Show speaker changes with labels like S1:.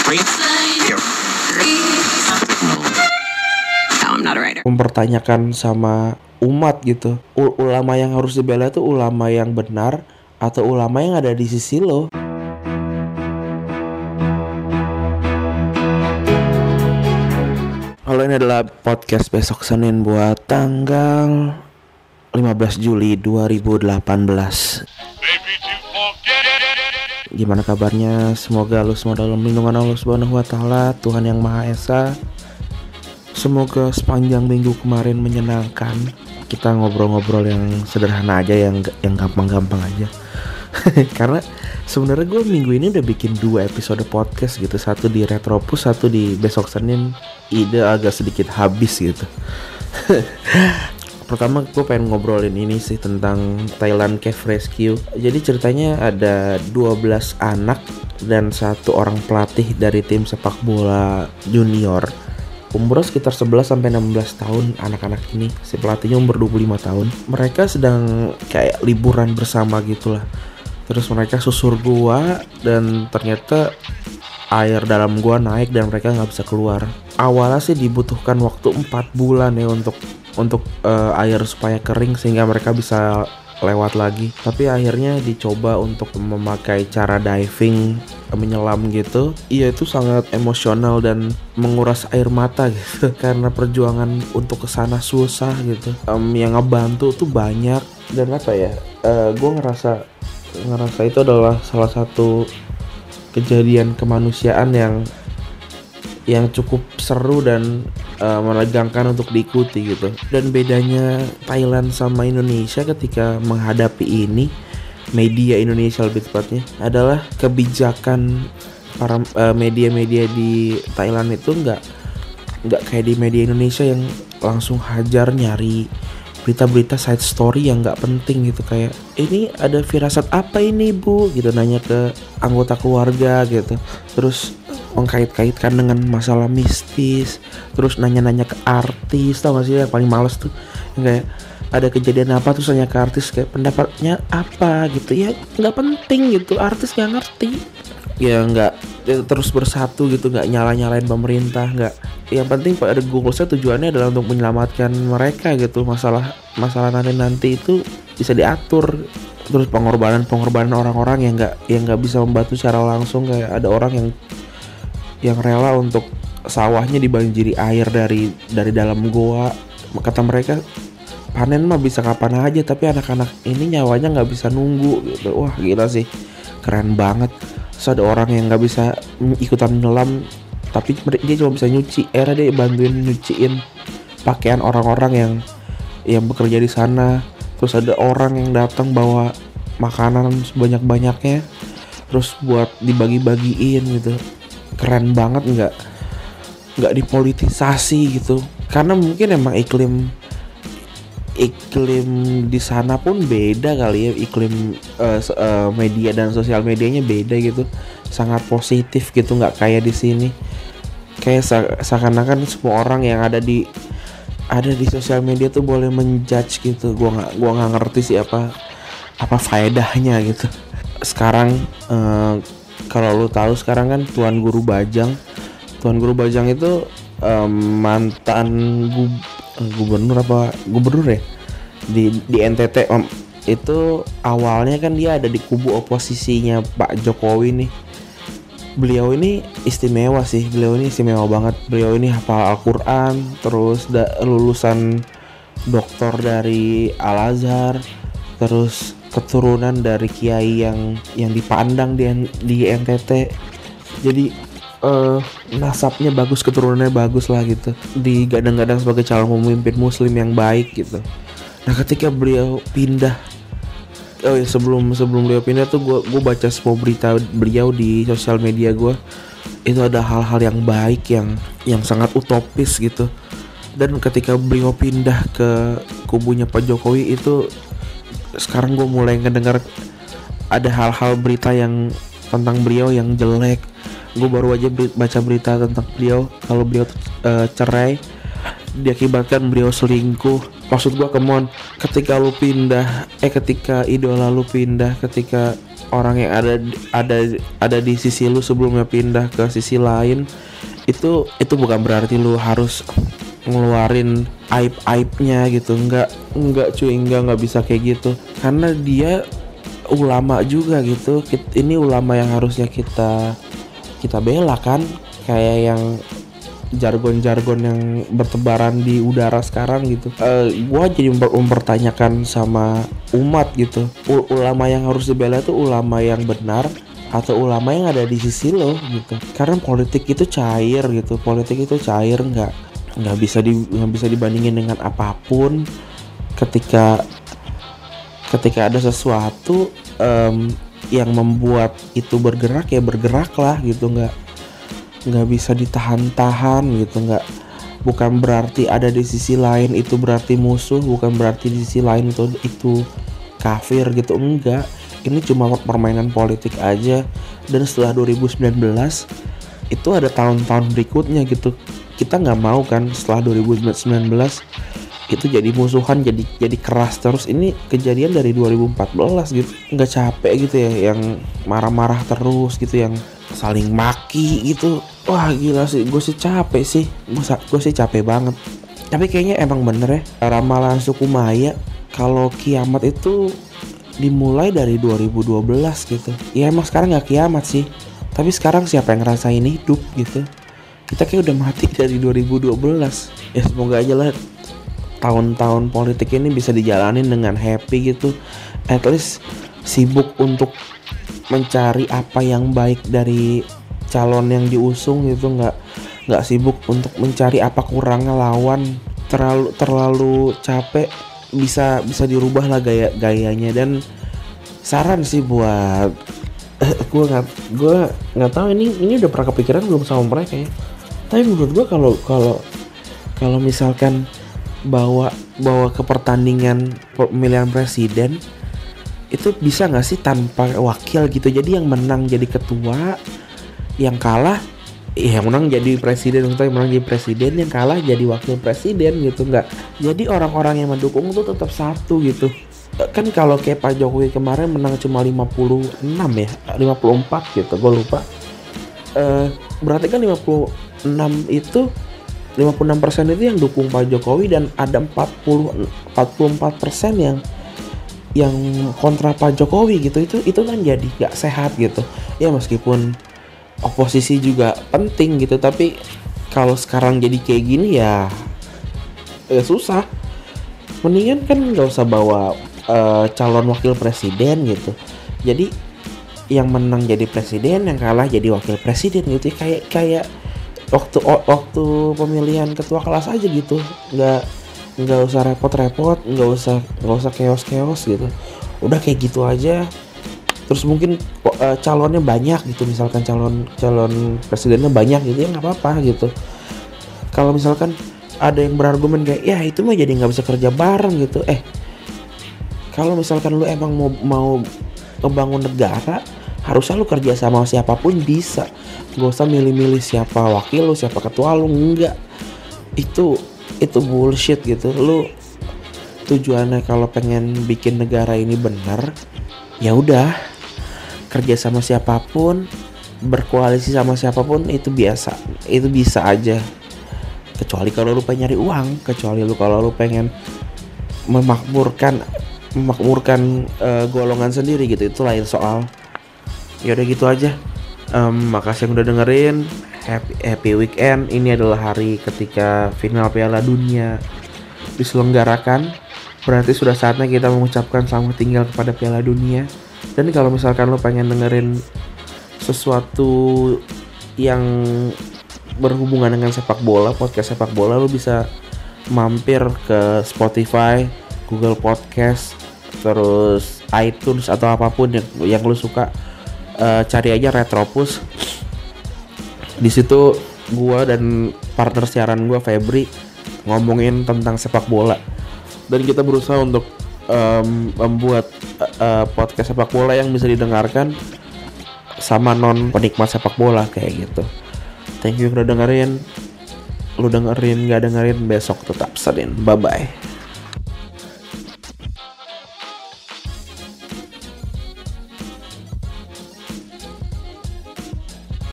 S1: Mempertanyakan sama umat gitu, ulama yang harus dibela itu ulama yang benar atau ulama yang ada di sisi lo. Halo, ini adalah podcast besok Senin buat tanggal 15 Juli 2018. Gimana kabarnya? Semoga lu semua dalam lindungan Allah Subhanahu wa taala, Tuhan yang Maha Esa. Semoga sepanjang minggu kemarin menyenangkan. Kita ngobrol-ngobrol yang sederhana aja, yang gampang-gampang aja. Karena sebenarnya gue minggu ini udah bikin 2 episode podcast gitu, satu di Retropus, satu di besok Senin. Ide agak sedikit habis gitu. Pertama gue pengen ngobrolin ini sih tentang Thailand Cave Rescue. Jadi ceritanya ada 12 anak dan 1 orang pelatih dari tim sepak bola junior. Umurnya sekitar 11-16 tahun anak-anak ini. Si pelatihnya umur 25 tahun. Mereka sedang kayak liburan bersama gitulah. Terus mereka susur gua dan ternyata air dalam gua naik dan mereka gak bisa keluar. Awalnya sih dibutuhkan waktu 4 bulan ya untuk air supaya kering sehingga mereka bisa lewat lagi. Tapi akhirnya dicoba untuk memakai cara diving, menyelam gitu. Iya, itu sangat emosional dan menguras air mata gitu. Karena perjuangan untuk kesana susah gitu. Yang ngebantu tuh banyak. Dan apa ya, gue ngerasa itu adalah salah satu kejadian kemanusiaan yang cukup seru dan menegangkan untuk diikuti gitu. Dan bedanya Thailand sama Indonesia ketika menghadapi ini, media Indonesia lebih tepatnya, adalah kebijakan para media-media di Thailand itu nggak kayak di media Indonesia yang langsung hajar nyari berita-berita side story yang nggak penting gitu. Kayak, ini ada firasat apa ini bu gitu, nanya ke anggota keluarga gitu, terus mengkait-kaitkan dengan masalah mistis, terus nanya-nanya ke artis. Tau gak sih yang paling males tuh, yang kayak ada kejadian apa terus nanya ke artis kayak pendapatnya apa gitu. Ya nggak penting gitu, artis nggak ngerti ya, nggak terus bersatu gitu, nggak nyalain pemerintah, nggak. Yang penting pada goalsnya, tujuannya adalah untuk menyelamatkan mereka gitu. Masalah nanti itu bisa diatur. Terus pengorbanan orang-orang yang nggak bisa membantu secara langsung, kayak ada orang yang rela untuk sawahnya dibanjiri air dari dalam goa. Kata mereka, panen mah bisa kapan aja, tapi anak-anak ini nyawanya nggak bisa nunggu gitu. Wah gila sih, keren banget. Terus ada orang yang nggak bisa ikutan nyelam, tapi dia cuma bisa nyuci. Dia bantuin nyuciin pakaian orang-orang yang bekerja di sana. Terus ada orang yang datang bawa makanan sebanyak-banyaknya, terus buat dibagi-bagiin gitu. Keren banget, nggak dipolitisasi gitu. Karena mungkin emang iklim di sana pun beda kali ya, iklim media dan sosial medianya beda gitu, sangat positif gitu, nggak kayak di sini. Kayak seakan-akan semua orang yang ada di sosial media tuh boleh menjudge gitu. Gua nggak ngerti sih apa faedahnya gitu. Sekarang kalau lu tahu, sekarang kan Tuan Guru Bajang itu mantan gubernur ya di NTT. Itu awalnya kan dia ada di kubu oposisinya Pak Jokowi nih. Beliau ini istimewa sih, banget. Beliau ini hafal Al-Quran, terus lulusan doktor dari Al-Azhar, terus keturunan dari kiai yang dipandang di NTT. Jadi nasabnya bagus, keturunannya bagus lah gitu, digadang-gadang sebagai calon pemimpin muslim yang baik gitu. Nah ketika beliau pindah, sebelum beliau pindah tuh gue baca semua berita beliau di sosial media gue. Itu ada hal-hal yang baik, yang sangat utopis gitu. Dan ketika beliau pindah ke kubunya Pak Jokowi itu, sekarang gue mulai ngedengar ada hal-hal berita yang tentang beliau yang jelek. Gue baru aja baca berita tentang beliau, kalau beliau cerai diakibatkan beliau selingkuh. Maksud gue, ketika idola lu pindah, ketika orang yang ada di sisi lu sebelumnya pindah ke sisi lain, itu bukan berarti lu harus ngeluarin aib-aibnya gitu. Enggak cuy, enggak bisa kayak gitu, karena dia ulama juga gitu. Ini ulama yang harusnya kita bela kan, kayak yang jargon-jargon yang bertebaran di udara sekarang gitu. Gua jadi mempertanyakan sama umat gitu, ulama yang harus dibela itu ulama yang benar atau ulama yang ada di sisi lo gitu. Karena politik itu cair gitu, nggak bisa dibandingin dengan apapun. Ketika ada sesuatu yang membuat itu bergerak, ya bergeraklah gitu, nggak bisa ditahan-tahan gitu. Bukan berarti ada di sisi lain itu berarti musuh, bukan berarti di sisi lain itu kafir gitu, enggak. Ini cuma permainan politik aja. Dan setelah 2019 itu ada tahun-tahun berikutnya gitu. Kita nggak mau kan setelah 2019 itu jadi musuhan, jadi keras terus. Ini kejadian dari 2014 gitu. Nggak capek gitu ya yang marah-marah terus gitu, yang saling maki gitu. Wah gila sih, gue sih capek sih, gue sih capek banget. Tapi kayaknya emang bener ya ramalan suku Maya kalau kiamat itu dimulai dari 2012 gitu. Ya emang sekarang nggak kiamat sih, tapi sekarang siapa yang ngerasain hidup gitu. Kita kayak udah mati dari 2012. Ya semoga aja lah tahun-tahun politik ini bisa dijalanin dengan happy gitu. At least sibuk untuk mencari apa yang baik dari calon yang diusung gitu, nggak sibuk untuk mencari apa kurangnya lawan. Terlalu capek, bisa dirubah lah gayanya. Dan saran sih buat gue nggak tahu ini udah pernah kepikiran belum sama mereka ya, tapi menurut gue kalau misalkan bawa ke pertandingan pemilihan presiden itu bisa nggak sih tanpa wakil gitu, jadi yang menang jadi ketua, yang kalah yang menang jadi presiden, yang menang jadi presiden, yang kalah jadi wakil presiden gitu. Nggak, jadi orang-orang yang mendukung tuh tetap satu gitu kan. Kalau kayak Pak Jokowi kemarin menang cuma 56 ya, 54 gitu, gue lupa. Berarti kan 56% itu yang dukung Pak Jokowi, dan ada 44% yang kontra Pak Jokowi gitu. Itu kan jadi gak sehat gitu ya. Meskipun oposisi juga penting gitu, tapi kalau sekarang jadi kayak gini ya susah. Mendingan kan gak usah bawa calon wakil presiden gitu, jadi yang menang jadi presiden, yang kalah jadi wakil presiden gitu. Kayak waktu pemilihan ketua kelas aja gitu. Nggak usah repot-repot, nggak usah chaos gitu. Udah kayak gitu aja. Terus mungkin calonnya banyak gitu, misalkan calon presidennya banyak gitu ya, nggak apa-apa gitu. Kalau misalkan ada yang berargumen kayak ya itu mah jadi nggak bisa kerja bareng gitu. Kalau misalkan lu emang mau ngebangun negara, harusnya lu kerja sama siapapun bisa. Gak usah milih-milih siapa wakil lu, siapa ketua lu, enggak. Itu bullshit gitu. Lu tujuannya kalau pengen bikin negara ini benar, ya udah kerja sama siapapun, berkoalisi sama siapapun, itu biasa. Itu bisa aja. Kecuali kalau lu pengen nyari uang, kalau lu pengen memakmurkan golongan sendiri gitu, itu lain soal. Ya udah gitu aja. Makasih yang udah dengerin. Happy weekend. Ini adalah hari ketika final Piala Dunia diselenggarakan. Berarti sudah saatnya kita mengucapkan selamat tinggal kepada Piala Dunia. Dan kalau misalkan lo pengen dengerin sesuatu yang berhubungan dengan sepak bola, podcast sepak bola, lo bisa mampir ke Spotify, Google Podcast, terus iTunes atau apapun yang lo suka. Cari aja Retropus. Di situ gua dan partner siaran gua Febri ngomongin tentang sepak bola, dan kita berusaha untuk membuat podcast sepak bola yang bisa didengarkan sama non penikmat sepak bola kayak gitu. Thank you udah dengerin. Lu dengerin nggak dengerin, besok tetap Senin. Bye bye.